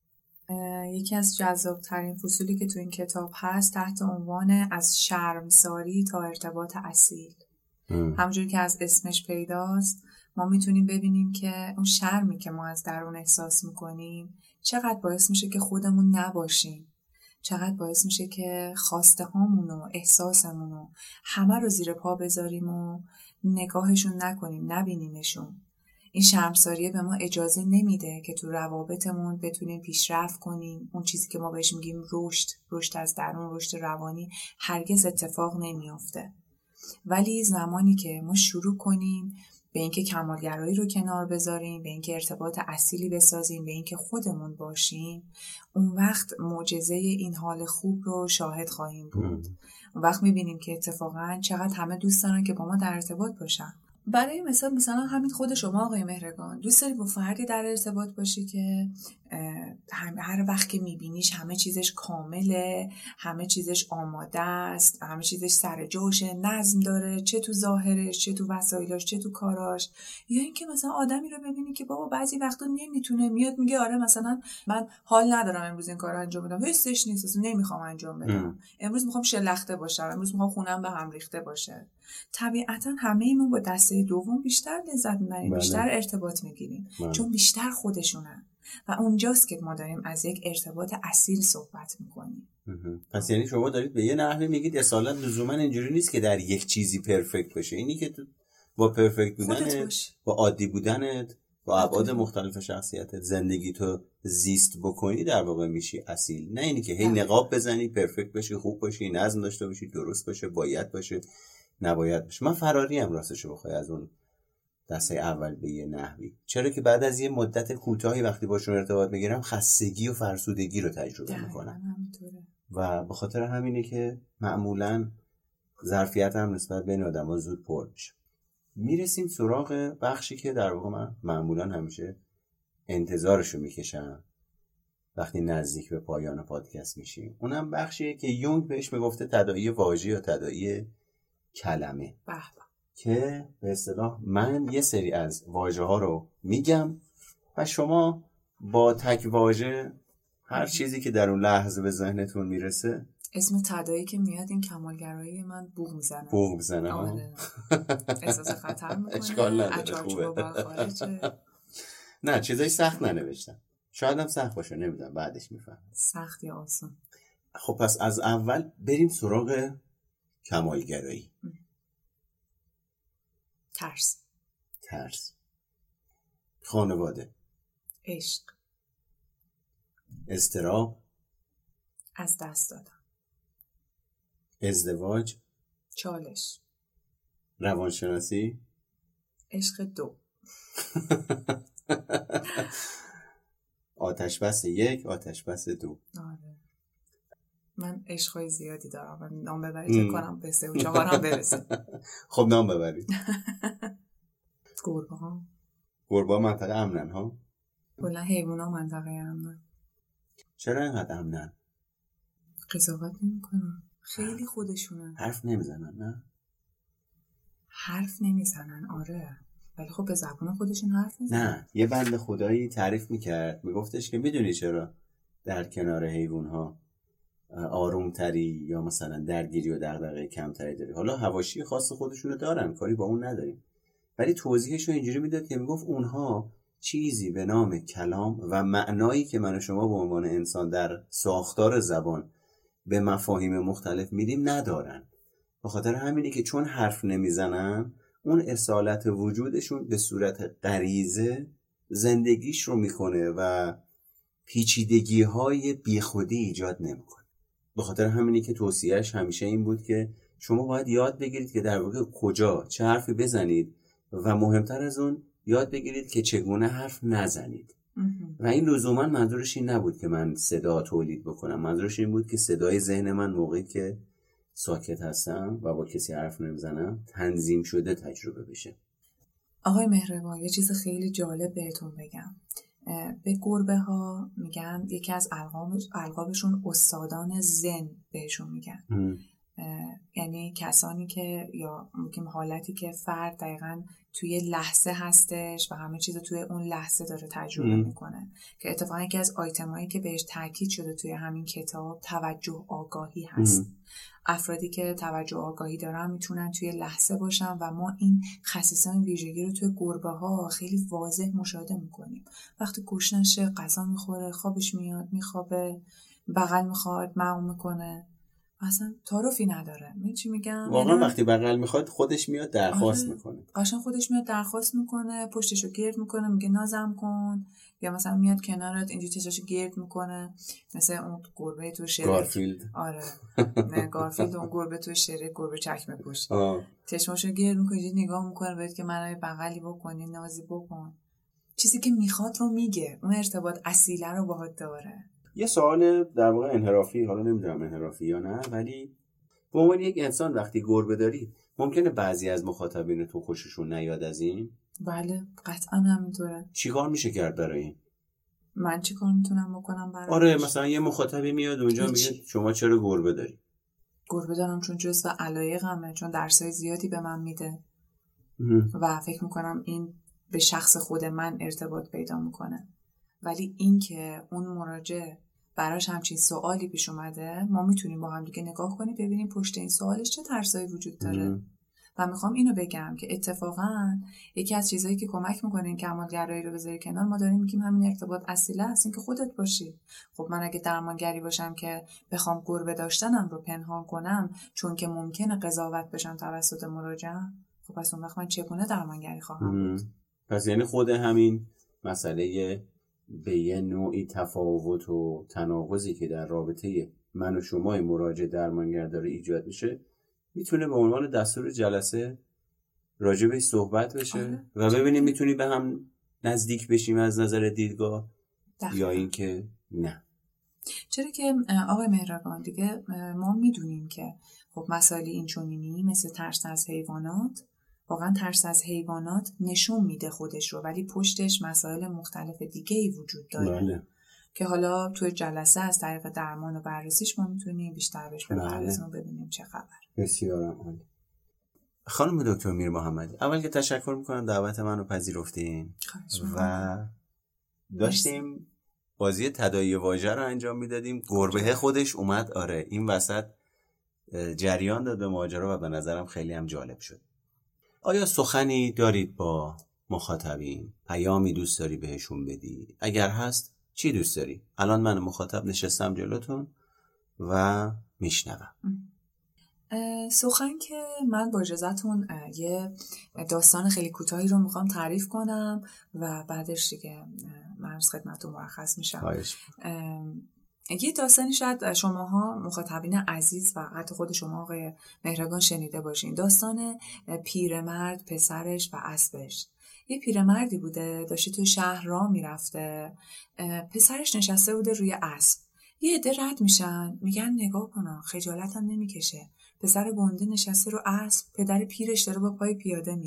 یکی از جذابترین فصولی که تو این کتاب هست تحت عنوان از شرمساری تا ارتباط اصیل. همونجوری که از اسمش پیداست، ما میتونیم ببینیم که اون شرمی که ما از درون احساس میکنیم چقدر باعث میشه که خودمون نباشیم، چقدر باعث میشه که خواسته هامون و احساسمون و همه رو زیر پا بذاریم و نگاهشون نکنیم، نبینیمشون. این شرمساریه به ما اجازه نمیده که تو روابطمون بتونیم پیشرفت کنیم. اون چیزی که ما بهش میگیم رشد از درون، رشد روانی، هرگز اتفاق نمیافته. ولی زمانی که ما شروع کنیم به اینکه کمالگرایی رو کنار بذاریم، به اینکه ارتباط اصیلی بسازیم، به اینکه خودمون باشیم، اون وقت معجزه این حال خوب رو شاهد خواهیم بود. اون وقت میبینیم که اتفاقاً چقدر همه دوست دارن که با ما در ارتباط باشن. برای مثلا همین خود شما آقای مهرگان، دوست داری با فردی در ارتباط باشی که هر وقت که میبینیش همه چیزش کامله، همه چیزش آماده است، همه چیزش سر جاشه، نظم داره، چه تو ظاهرش، چه تو وسایلاش، چه تو کاراش؟ یا اینکه مثلا آدمی رو ببینی که بابا بعضی وقتا نمیتونه، میاد میگه آره مثلا من حال ندارم امروز این کارو انجام بدم، حسش نیست، اصلا نمیخوام انجام بدم، امروز میخوام شلخته باشم، امروز میخوام خونم به هم ریخته باشه. طبیعتا همه ایمون با دسته دوم بیشتر لذت میبریم، بیشتر ارتباط میگیریم، چون بیشتر خودشونن. و اونجاست که ما داریم از یک ارتباط اصیل صحبت میکنیم. پس یعنی شما دارید به یه نحوی میگید اصالت لزوما اینجوری نیست که در یک چیزی پرفکت باشه، اینی که تو با پرفکت بودنت، با عادی بودنت، با ابعاد مختلف شخصیتت زندگی تو زیست بکنی در واقع میشی اصیل. نه اینی که هی نقاب بزنی، پرفکت باشی، خوب باشی، نظم داشته باشی، درست باشه، باید باشه، نباید باشه. من فراری ام راستشو بخوای از اون دسته اول به یه نحوی، چرا که بعد از یه مدت کوتاهی وقتی باشون ارتباط میگیرم خستگی و فرسودگی رو تجربه میکنم و به خاطر همینه که معمولا ظرفیت هم نسبت بین آدم ها زود پر میشه. میرسیم سراغ بخشی که در واقع من معمولا همیشه انتظارشو میکشم وقتی نزدیک به پایان پادکست میشیم. اونم بخشیه که یونگ بهش میگفته تداعی واژه یا تداعی کلمه، که به اصطلاح من یه سری از واژه ها رو میگم و شما با تک واژه هر چیزی که در اون لحظه به ذهنتون میرسه، اسم تداعی که میاد این کمالگرایی من بوق میزنه. آره. احساس خطر میکنه، اشکال نداره، خوبه. نه چیزای سخت ننوشتم، شاید هم سخت باشه، نمیدونم بعدش میفهم سخت یا آسان. خب پس از اول بریم سراغ کمالگرایی. ترس، خانواده، عشق، اضطراب، از دست دادن، ازدواج، چالش، روانشناسی، عشق 2، آتش بس 1، آتش بس 2. آره من عشقای زیادی دارم، من نام ببرید کنم به 3 و 4 هم برسه. خب نام ببرید. گربه‌ها منطقه امنن ها؟ کلا حیوونا منطقه امنن. چرا اینقدر امنن؟ قضاوت نمی‌کنن، خیلی خودشونن. حرف نمیزنن نه؟ حرف نمیزنن آره، ولی خب به زبون خودشون حرف میزنن. نه، یه بند خدایی تعریف میکرد، میگفتش که میدونی چرا در کنار حیوان‌ها آرومتری یا مثلا درگیری و دغدغه کمتری داری؟ حالا حواشی خاص خودشونو دارن، کاری با اون نداریم، ولی توضیحش رو اینجوری میداد که میگفت اونها چیزی به نام کلام و معنایی که من و شما به عنوان انسان در ساختار زبان به مفاهیم مختلف میدیم ندارن. به خاطر همینه که چون حرف نمیزنن، اون اصالت وجودشون به صورت غریزه زندگیش رو میکنه و پیچیدگی های بیخودی ایجاد نمیکنه. به خاطر همینه که توصیهش همیشه این بود که شما باید یاد بگیرید که در واقع کجا چه حرفی بزنید و مهمتر از اون یاد بگیرید که چگونه حرف نزنید. و این لزوما منظورش این نبود که من صدا تولید بکنم، منظورش این بود که صدای ذهن من موقعی که ساکت هستم و با کسی حرف نمیزنم تنظیم شده تجربه بشه. آقای مهربان یه چیز خیلی جالب بهتون بگم. به گربه ها میگن، یکی از القابشون استادان زن بهشون میگن. یعنی کسانی که یا میگیم حالتی که فرد دقیقاً توی لحظه هستش و همه چیز توی اون لحظه داره تجربه میکنه، که اتفاقا یکی از آیتمایی که بهش تاکید شده توی همین کتاب توجه آگاهی هست. افرادی که توجه آگاهی دارن میتونن توی لحظه باشن و ما این خصیصه این ویژگی رو توی گربه ها خیلی واضح مشاهده میکنیم. وقتی گشنه شه غذا میخوره، خوابش میاد، میخوابه، بغل میخواد، معوم میکنه، اصلا تعارفی نداره. چی میگم؟ واقعا وقتی بغل میخواد خودش میاد درخواست میکنه. قشنگ خودش میاد درخواست میکنه، پشتشو گرد میکنه، میگه نازم کن، یا مثلا میاد کنارت اینجوری چشاشو گرد میکنه، مثل اون گربه تو شرک. گارفیلد. آره نه گارفیلد اون گربه تو شرک، گربه چکمه پشت. چشماشو گرد میکنه، نگاه میکنه بهت که منو بغلی بکنی، نازی بکن. چیزی که میخواد رو میگه، اون ارتباط اصیله رو باهات داره. یه سوال در واقع انحرافی، حالا نمیدونم انحرافی یا نه، ولی به عنوان یک انسان وقتی گربه داری ممکنه بعضی از مخاطبین تو خوششون نیاد از این؟ بله قطعا همینطوره. چیکار میشه کرد برای این؟ من چیکار میتونم بکنم برای؟ آره مثلا یه مخاطبی میاد اونجا میگه شما چرا گربه داری؟ گربه دارم چون جزو علایقمه، چون درسای زیادی به من میده و فکر میکنم این به شخص خود من ارتباط پیدا میکنه. ولی این که اون مراجع براش همچین سوالی پیش اومده، ما میتونیم با هم دیگه نگاه کنیم ببینیم پشت این سوالش چه ترسایی وجود داره. و میخوام اینو بگم که اتفاقا یکی از چیزایی که کمک میکنه این کمالگرایی رو بذاری کنار، ما داریم میگیم همین ارتباط اصیله است، این که خودت باشی. خب من اگه درمانگری باشم که بخوام گربه داشتنم رو پنهان کنم چون که ممکنه قضاوت بشم توسط مراجع، خب پس اون وقت من چگونه درمانگری خواهم بود؟ پس یعنی خود همین مسئله به یه نوعی تفاوت و تناقضی که در رابطه من و شما مراجع درمانگر داره ایجاد میشه، میتونه به عنوان دستور جلسه راجع بهش صحبت بشه و ببینیم میتونی به هم نزدیک بشیم از نظر دیدگاه یا اینکه نه. چرا که آقای مهربان دیگه ما میدونیم که خب مسائل اینچنینی مثل ترس از حیوانات، واقعا ترس از حیوانات نشون میده خودش رو، ولی پشتش مسائل مختلف دیگه‌ای وجود داره. بله. که حالا توی جلسه از طریق درمان و بررسیش ما میتونیم بیشتر بهش بپردازیم و ببینیم چه خبر. بسیار عالی. خانم دکتر میر محمدی، اول که تشکر میکنم دعوت منو پذیرفتین و داشتیم بازی تداعی واژه رو انجام میدادیم. گربه خودش اومد آره این وسط جریان داد به ماجرا و به نظرم خیلی هم جالب شد. آیا سخنی دارید با مخاطبین؟ پیامی دوست داری بهشون بدی؟ اگر هست چی دوست داری؟ الان من مخاطب نشستم جلوتون و میشنوم. سخن که من با اجازهتون یه داستان خیلی کوتاهی رو میخوام تعریف کنم و بعدش دیگه من از خدمتتون مرخص میشم. یه داستانی شاید شماها مخاطبین عزیز و حتی خود شما آقای مهرگان شنیده باشین. داستان پیرمرد، پسرش و اسبش. یه پیرمردی بوده داشته توی شهر راه میرفته، پسرش نشسته بوده روی اسب. یه عده رد میشن میگن نگاه کن خجالت هم نمیکشه، پسر گنده نشسته رو اسب، پدر پیرش داره با پای پیاده میره.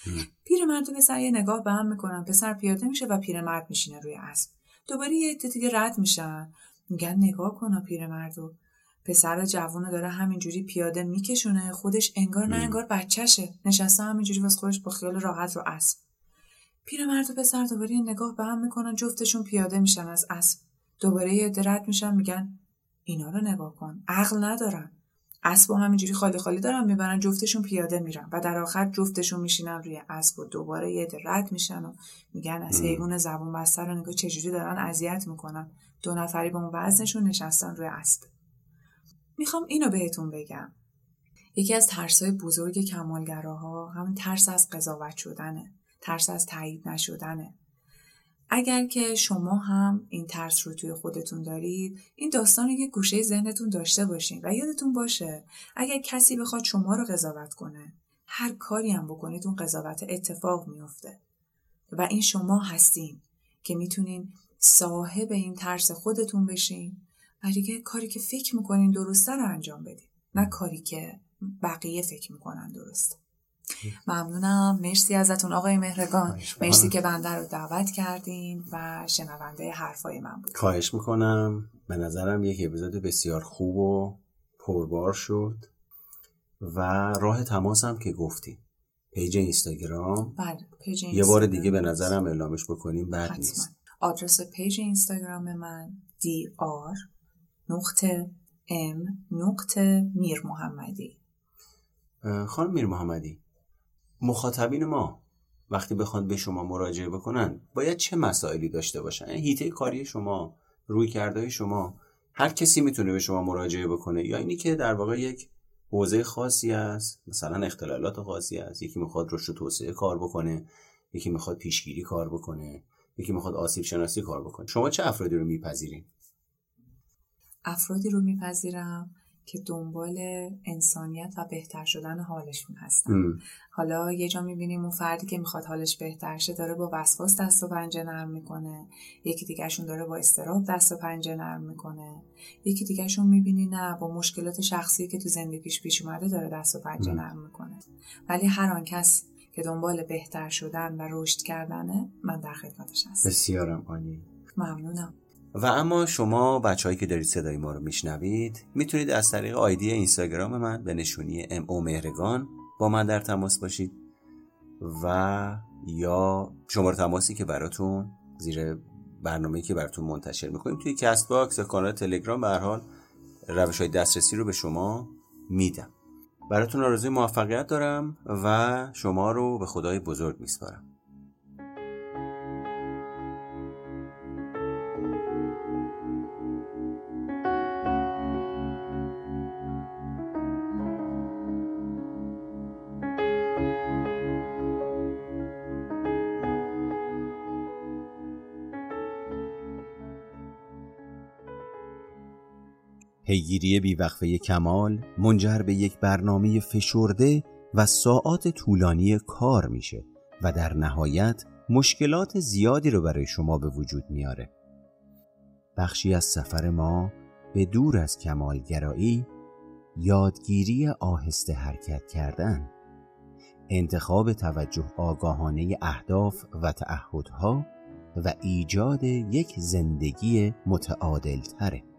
پیرمرد و پسر یه نگاه به هم میکنن، پسر پیاده میشه و پیرمرد میشینه روی اسب. دوباره یه عده دیگه رد میشن، میگن نگاه کن پیرمرد و پسر جوون داره همینجوری پیاده میکشونه، خودش انگار نه انگار بچه‌شه، نشسته همینجوری واسه خودش با خیال راحت رو اسب. پیرمرد و پسر دوباره نگاه به هم میکنن، جفتشون پیاده میشن از اسب. دوباره یه عده رد میشن، میگن اینا رو نگاه کن، عقل ندارن، اسبو همینجوری خالی خالی دارن میبرن، جفتشون پیاده میرن و در آخر جفتشون میشینن روی اسب و دوباره یه عده رد میشن و میگن از حیوان زبون بسته رو نگاه چجوری دارن اذیت میکنن، 2 نفری با اون وزنشون نشستن روی اسب. میخوام اینو بهتون بگم، یکی از ترس‌های بزرگ کمالگراها همون ترس از قضاوت شدنه، ترس از تایید نشدنه. اگر که شما هم این ترس رو توی خودتون دارید، این داستان رو یه گوشه ذهنتون داشته باشین و یادتون باشه اگر کسی بخواد شما رو قضاوت کنه، هر کاری هم بکنید اون قضاوت اتفاق میفته و این شما هستین که میتونین صاحب این ترس خودتون بشین و دیگه کاری که فکر میکنین درسته رو انجام بدین، نه کاری که بقیه فکر میکنن درسته. ممنونم، مرسی ازتون آقای مهرگان، مرسی که بنده رو دعوت کردین و شنونده حرفای من بود. خواهش میکنم. به نظرم یک اپیزود بسیار خوب و پربار شد و راه تماس هم که گفتیم پیج اینستاگرام، بله پیج یه بار دیگه به نظرم اعلامش بکنیم بد نیست. آدرس پیج اینستاگرام من dr.m.mirmohammadi. خانم میر محمدی، مخاطبین ما وقتی بخوان به شما مراجعه بکنن باید چه مسائلی داشته باشن؟ هیته کاری شما، رویکردهای شما، هر کسی میتونه به شما مراجعه بکنه یا اینی که در واقع یک حوزه خاصی است، مثلا اختلالات خاصی است، یکی میخواد رشد و توسعه کار بکنه، یکی میخواد پیشگیری کار بکنه، یکی میخواد آسیب شناسی کار بکنه، شما چه افرادی رو میپذیرین؟ افرادی رو میپذیرم که دنبال انسانیت و بهتر شدن حالشون هستن. حالا یه جا میبینیم اون فردی که میخواد حالش بهتر شه داره با وسواس دست و پنجه نرم میکنه، یکی دیگهشون داره با اضطراب دست و پنجه نرم میکنه، یکی دیگهشون میبینی نه با مشکلات شخصی که تو زندگیش پیش اومده داره دست و پنجه نرم میکنه. ولی هر آن کس که دنبال بهتر شدن و رشد کردنه، من در خدمتش هستم. بسیارم عالی، ممنونم. و اما شما بچه‌هایی که دارید صدای ما رو میشنوید میتونید از طریق آیدی اینستاگرام من به نشونی مهرگان با من در تماس باشید و یا شماره تماسی که براتون زیر برنامه‌ای که براتون منتشر میکنیم توی کست باکس یا کانال تلگرام، به هر حال روش‌های دسترسی رو به شما میدم. براتون آرزوی موفقیت دارم و شما رو به خدای بزرگ میسپارم. پیگیری بیوقفه کمال منجر به یک برنامه فشرده و ساعات طولانی کار میشه و در نهایت مشکلات زیادی رو برای شما به وجود میاره. بخشی از سفر ما به دور از کمالگرایی، یادگیری آهسته حرکت کردن، انتخاب توجه آگاهانه اهداف و تعهدها و ایجاد یک زندگی متعادل تره.